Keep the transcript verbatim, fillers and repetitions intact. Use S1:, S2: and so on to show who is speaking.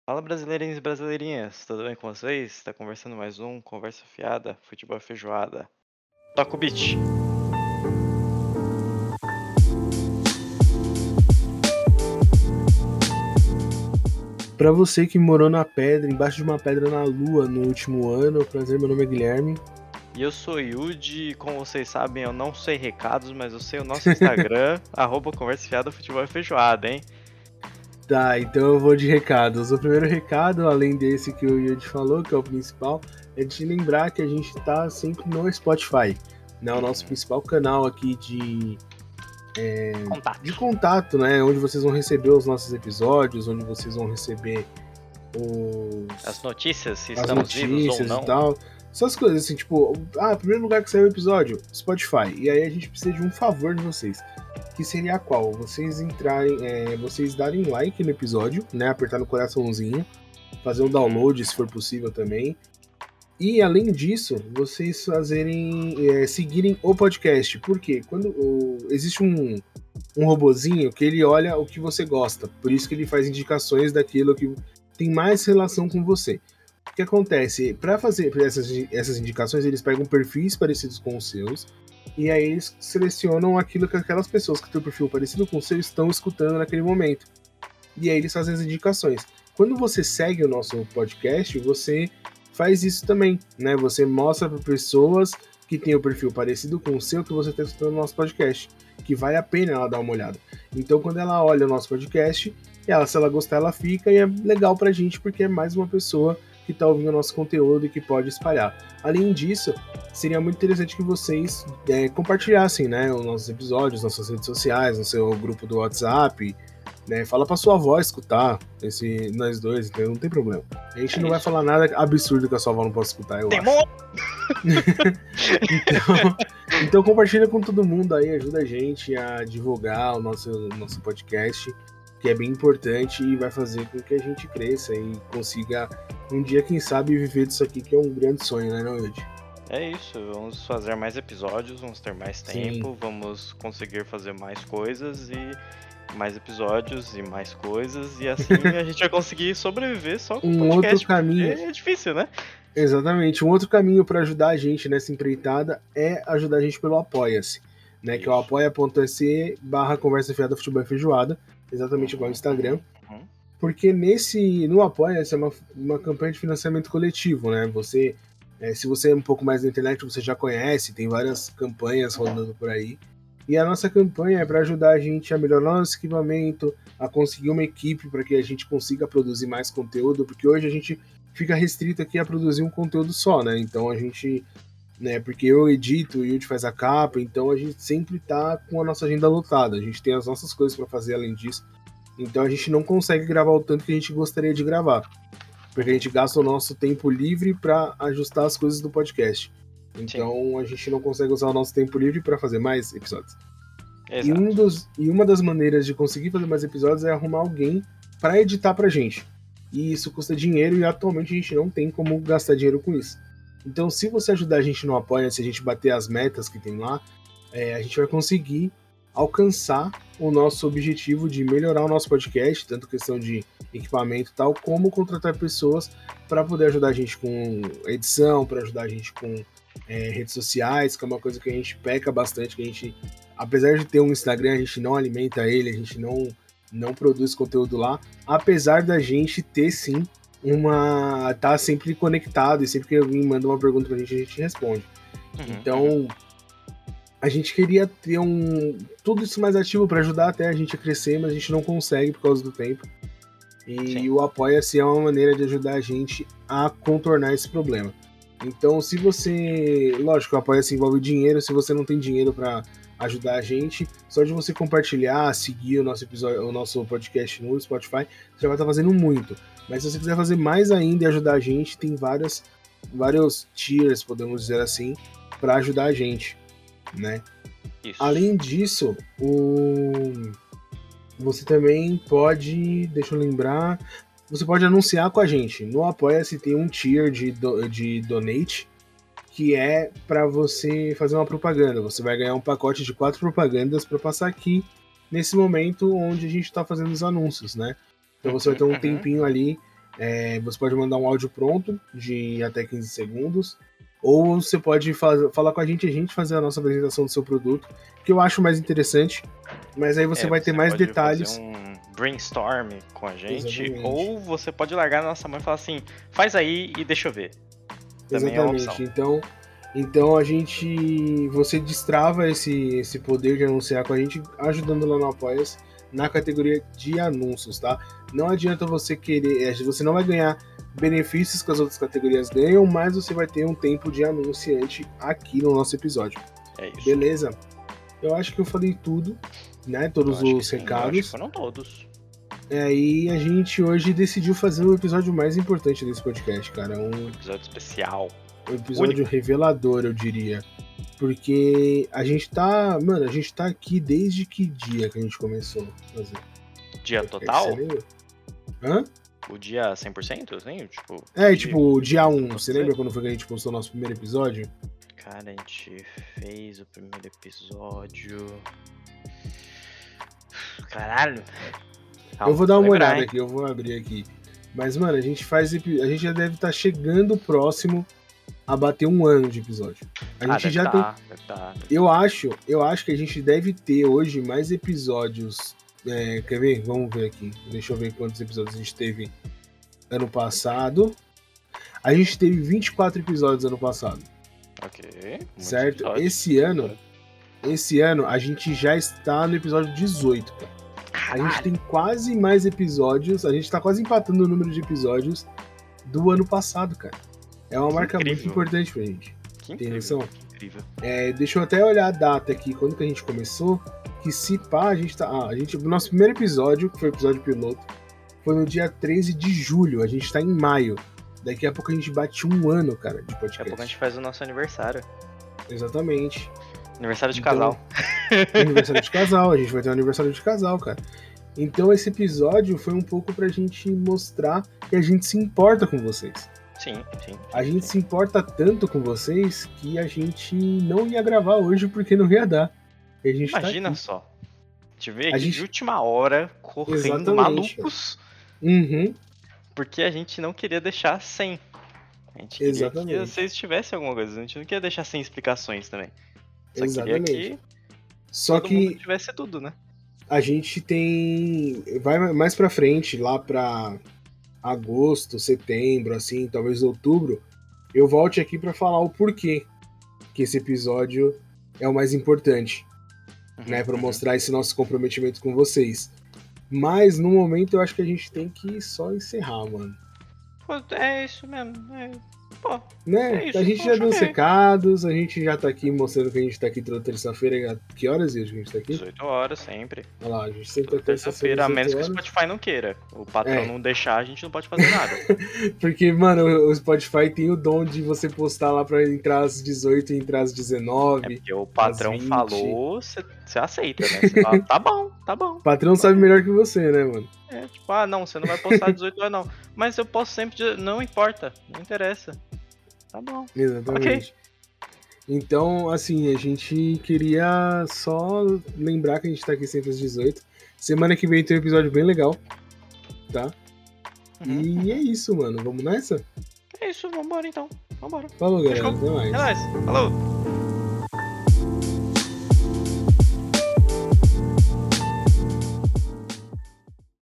S1: Fala brasileirinhos e brasileirinhas, tudo bem com vocês? Está conversando mais um Conversa Fiada, Futebol e Feijoada. Toca o beat.
S2: Pra você que morou na pedra, embaixo de uma pedra na lua no último ano, prazer, meu nome é Guilherme.
S1: E eu sou Yudi, e como vocês sabem, eu não sei recados, mas eu sei o nosso Instagram, arroba Conversa Fiada, Futebol e Feijoada, hein?
S2: Tá, então eu vou de recados. O primeiro recado, além desse que o Yudi falou, que é o principal, é de lembrar que a gente tá sempre no Spotify, né? O nosso principal canal aqui de,
S1: Contato.
S2: de contato, né? Onde vocês vão receber os nossos episódios, onde vocês vão receber os...
S1: As notícias, se
S2: as
S1: estamos vivos ou
S2: notícias
S1: não.
S2: e tal. Essas coisas assim, tipo, ah, primeiro lugar que saiu o episódio, Spotify. E aí a gente precisa de um favor de vocês. Que seria qual? Vocês entrarem, é, vocês darem like no episódio, né? Apertar no coraçãozinho, fazer um download se for possível também. E além disso, vocês fazerem, é, seguirem o podcast. Por quê? Quando o, existe um, um robozinho que ele olha o que você gosta. Por isso que ele faz indicações daquilo que tem mais relação com você. O que acontece? Para fazer essas, essas indicações, eles pegam perfis parecidos com os seus, e aí eles selecionam aquilo que aquelas pessoas que têm um perfil parecido com o seu estão escutando naquele momento. E aí eles fazem as indicações. Quando você segue o nosso podcast, você faz isso também, né? Você mostra para pessoas que têm o um perfil parecido com o seu que você está escutando no nosso podcast, que vale a pena ela dar uma olhada. Então, quando ela olha o nosso podcast, ela, se ela gostar, ela fica, e é legal pra gente, porque é mais uma pessoa que está ouvindo o nosso conteúdo e que pode espalhar. Além disso, seria muito interessante que vocês é, compartilhassem, né, os nossos episódios, nossas redes sociais, no seu grupo do WhatsApp, né, fala pra sua avó escutar esse, nós dois, então não tem problema. A gente
S1: É
S2: não vai
S1: isso.
S2: falar nada absurdo que a sua avó não possa escutar, eu
S1: Tem
S2: acho.
S1: mo-
S2: então, então compartilha com todo mundo aí, ajuda a gente a divulgar o nosso, nosso podcast, que é bem importante e vai fazer com que a gente cresça e consiga um dia, quem sabe, viver disso aqui, que é um grande sonho, né, não, Yudi?
S1: É isso, vamos fazer mais episódios, vamos ter mais tempo,
S2: Sim.
S1: vamos conseguir fazer mais coisas e mais episódios e mais coisas, e assim a gente vai conseguir sobreviver só com
S2: Um
S1: podcast,
S2: outro caminho,
S1: porque é difícil, né?
S2: exatamente, um outro caminho para ajudar a gente nessa empreitada é ajudar a gente pelo Apoia-se, né, que é o
S1: Isso.
S2: apoia.se barra conversa fiada futebol e feijoada, exatamente igual no Instagram.
S1: Uhum.
S2: Porque nesse, no Apoia-se é uma, uma campanha de financiamento coletivo, né? Você, é, se você é um pouco mais na internet, você já conhece, tem várias campanhas rodando por aí. E a nossa campanha é para ajudar a gente a melhorar nosso equipamento, a conseguir uma equipe para que a gente consiga produzir mais conteúdo, porque hoje a gente fica restrito aqui a produzir um conteúdo só, né? Então a gente, né? Porque eu edito, o Yudi faz a capa, então a gente sempre tá com a nossa agenda lotada. A gente tem as nossas coisas para fazer além disso. Então a gente não consegue gravar o tanto que a gente gostaria de gravar, porque a gente gasta o nosso tempo livre para ajustar as coisas do podcast. Então Sim. a gente não consegue usar o nosso tempo livre para fazer mais episódios. E, um dos, e uma das maneiras de conseguir fazer mais episódios é arrumar alguém para editar pra gente. E isso custa dinheiro e atualmente a gente não tem como gastar dinheiro com isso. Então, se você ajudar a gente no Apoia, se a gente bater as metas que tem lá, é, a gente vai conseguir alcançar o nosso objetivo de melhorar o nosso podcast, tanto questão de equipamento e tal, como contratar pessoas para poder ajudar a gente com edição, para ajudar a gente com é, redes sociais, que é uma coisa que a gente peca bastante, que a gente, apesar de ter um Instagram, a gente não alimenta ele, a gente não, não produz conteúdo lá, apesar da gente ter sim uma... tá sempre conectado, e sempre que alguém manda uma pergunta pra gente, a gente responde. Uhum, então... Uhum. A gente queria ter um tudo isso mais ativo para ajudar até a gente a crescer, mas a gente não consegue por causa do tempo. E Sim. o Apoia-se é uma maneira de ajudar a gente a contornar esse problema. Então, se você... Lógico, o Apoia-se envolve dinheiro. Se você não tem dinheiro para ajudar a gente, só de você compartilhar, seguir o nosso episódio, o nosso podcast no Spotify, você já vai estar fazendo muito. Mas se você quiser fazer mais ainda e ajudar a gente, tem várias, vários tiers, podemos dizer assim, para ajudar a gente. Né? Isso. Além disso, o... você também pode, deixa eu lembrar, você pode anunciar com a gente. No Apoia-se tem um tier de, do... de donate, que é para você fazer uma propaganda. Você vai ganhar um pacote de quatro propagandas para passar aqui nesse momento onde a gente está fazendo os anúncios, né? Então você vai ter um tempinho ali É, você pode mandar um áudio pronto de até quinze segundos, ou você pode faz, falar com a gente e a gente fazer a nossa apresentação do seu produto, que eu acho mais interessante, mas aí você
S1: É,
S2: vai ter
S1: você
S2: mais
S1: pode
S2: detalhes.
S1: fazer um brainstorm com a gente,
S2: Exatamente.
S1: ou você pode largar na nossa mão e falar assim, faz aí e deixa eu ver. Também é uma
S2: Exatamente.
S1: opção.
S2: Então, então a gente, você destrava esse, esse poder de anunciar com a gente, ajudando lá no Apoia-se, na categoria de anúncios, tá? Não adianta você querer, você não vai ganhar benefícios que as outras categorias ganham, mas você vai ter um tempo de anunciante aqui no nosso episódio.
S1: É isso.
S2: Beleza? Eu acho que eu falei tudo, né? Todos
S1: Eu acho que
S2: os
S1: sim, eu
S2: recados.
S1: acho que foram todos.
S2: É, e a gente hoje decidiu fazer o episódio mais importante desse podcast, cara. Um
S1: Episódio especial.
S2: um episódio revelador, eu diria. Porque a gente tá. Mano, a gente tá aqui desde que dia que a gente começou a fazer?
S1: Dia
S2: Você
S1: total?
S2: lembra? Hã?
S1: O dia cem por cento, assim? Tipo,
S2: É,
S1: dia-
S2: tipo, dia um. Você
S1: Você?
S2: lembra quando foi que a gente postou o nosso primeiro episódio?
S1: Cara, a gente fez o primeiro episódio. Caralho. Calma,
S2: eu vou dar uma
S1: lembrar,
S2: olhada
S1: hein?
S2: aqui, eu vou abrir aqui. Mas, mano, a gente faz. epi- A gente já deve estar chegando próximo a bater um ano de episódio. A
S1: Ah,
S2: gente
S1: deve
S2: já
S1: tá,
S2: tem.
S1: deve tá.
S2: Eu acho, eu acho que a gente deve ter hoje mais episódios. É, quer ver? Vamos ver aqui. Deixa eu ver quantos episódios a gente teve ano passado. A gente teve vinte e quatro episódios ano passado,
S1: Ok. muitos
S2: certo?
S1: episódios.
S2: Esse ano, esse ano a gente já está no episódio dezoito, cara. A gente tem quase mais episódios, a gente tá quase empatando o número de episódios do ano passado, cara. É uma
S1: Que
S2: marca
S1: incrível.
S2: muito importante pra gente.
S1: Que
S2: Tem
S1: incrível,
S2: noção?
S1: que incrível.
S2: É, deixa eu até olhar a data aqui, quando que a gente começou. Que se pá, a gente tá. Ah, a gente, o nosso primeiro episódio, que foi o episódio piloto, foi no dia treze de julho. A gente tá em maio. Daqui a pouco a gente bate um ano, cara, de
S1: Daqui a pouco a
S2: podcast.
S1: gente faz o nosso aniversário.
S2: Exatamente.
S1: Aniversário de
S2: Então,
S1: casal.
S2: Aniversário de casal, a gente vai ter um aniversário de casal, cara. Então esse episódio foi um pouco pra gente mostrar que a gente se importa com vocês.
S1: Sim, sim.
S2: A
S1: sim,
S2: gente
S1: sim.
S2: se importa tanto com vocês que a gente não ia gravar hoje porque não ia dar. E a gente
S1: Imagina
S2: tá aqui.
S1: só. Te ver
S2: A
S1: aqui
S2: gente-
S1: de última hora, correndo
S2: Exatamente.
S1: malucos,
S2: Uhum,
S1: porque a gente não queria deixar sem. A gente queria
S2: Exatamente.
S1: que vocês tivessem alguma coisa. A gente não queria deixar sem explicações também. Só
S2: Exatamente.
S1: queria que
S2: Só
S1: todo mundo
S2: que
S1: tivesse tudo, né?
S2: a gente tem. Vai mais pra frente, lá pra agosto, setembro, assim, talvez outubro, eu volte aqui pra falar o porquê que esse episódio é o mais importante,
S1: Uhum,
S2: né? Pra
S1: uhum.
S2: mostrar esse nosso comprometimento com vocês. Mas no momento eu acho que a gente tem que só encerrar, mano.
S1: Pô, é isso mesmo. É... Pô,
S2: Né?
S1: É isso,
S2: a gente
S1: pô,
S2: já deu os
S1: joguei.
S2: recados, a gente já tá aqui mostrando que a gente tá aqui toda terça-feira. Que horas, Ilse, que a gente tá aqui?
S1: dezoito horas sempre.
S2: Olha lá, a gente sempre tá
S1: Toda
S2: terça-feira.
S1: terça-feira, a menos
S2: dezoito
S1: que o
S2: horas.
S1: Spotify não queira. O patrão
S2: É.
S1: não deixar, a gente não pode fazer nada.
S2: Porque, mano, o Spotify tem o dom de você postar lá pra entrar às dezoito e entrar às
S1: É
S2: dezenove.
S1: porque o patrão
S2: vinte.
S1: falou, você aceita, né? Você fala, tá bom, tá bom.
S2: O patrão sabe melhor que você, né, mano?
S1: É, tipo, ah, não, você não vai postar dezoito horas, não. Mas eu posto sempre, de... não importa, não interessa. Tá bom.
S2: Exatamente. Então, assim, a gente queria só lembrar que a gente tá aqui sempre às dezoito. Semana que vem tem um episódio bem legal, tá?
S1: Uhum.
S2: E é isso, mano. Vamos nessa?
S1: É isso, vambora então. Vambora.
S2: Falou, galera.
S1: Fechou.
S2: Até mais.
S1: É nóis. Falou.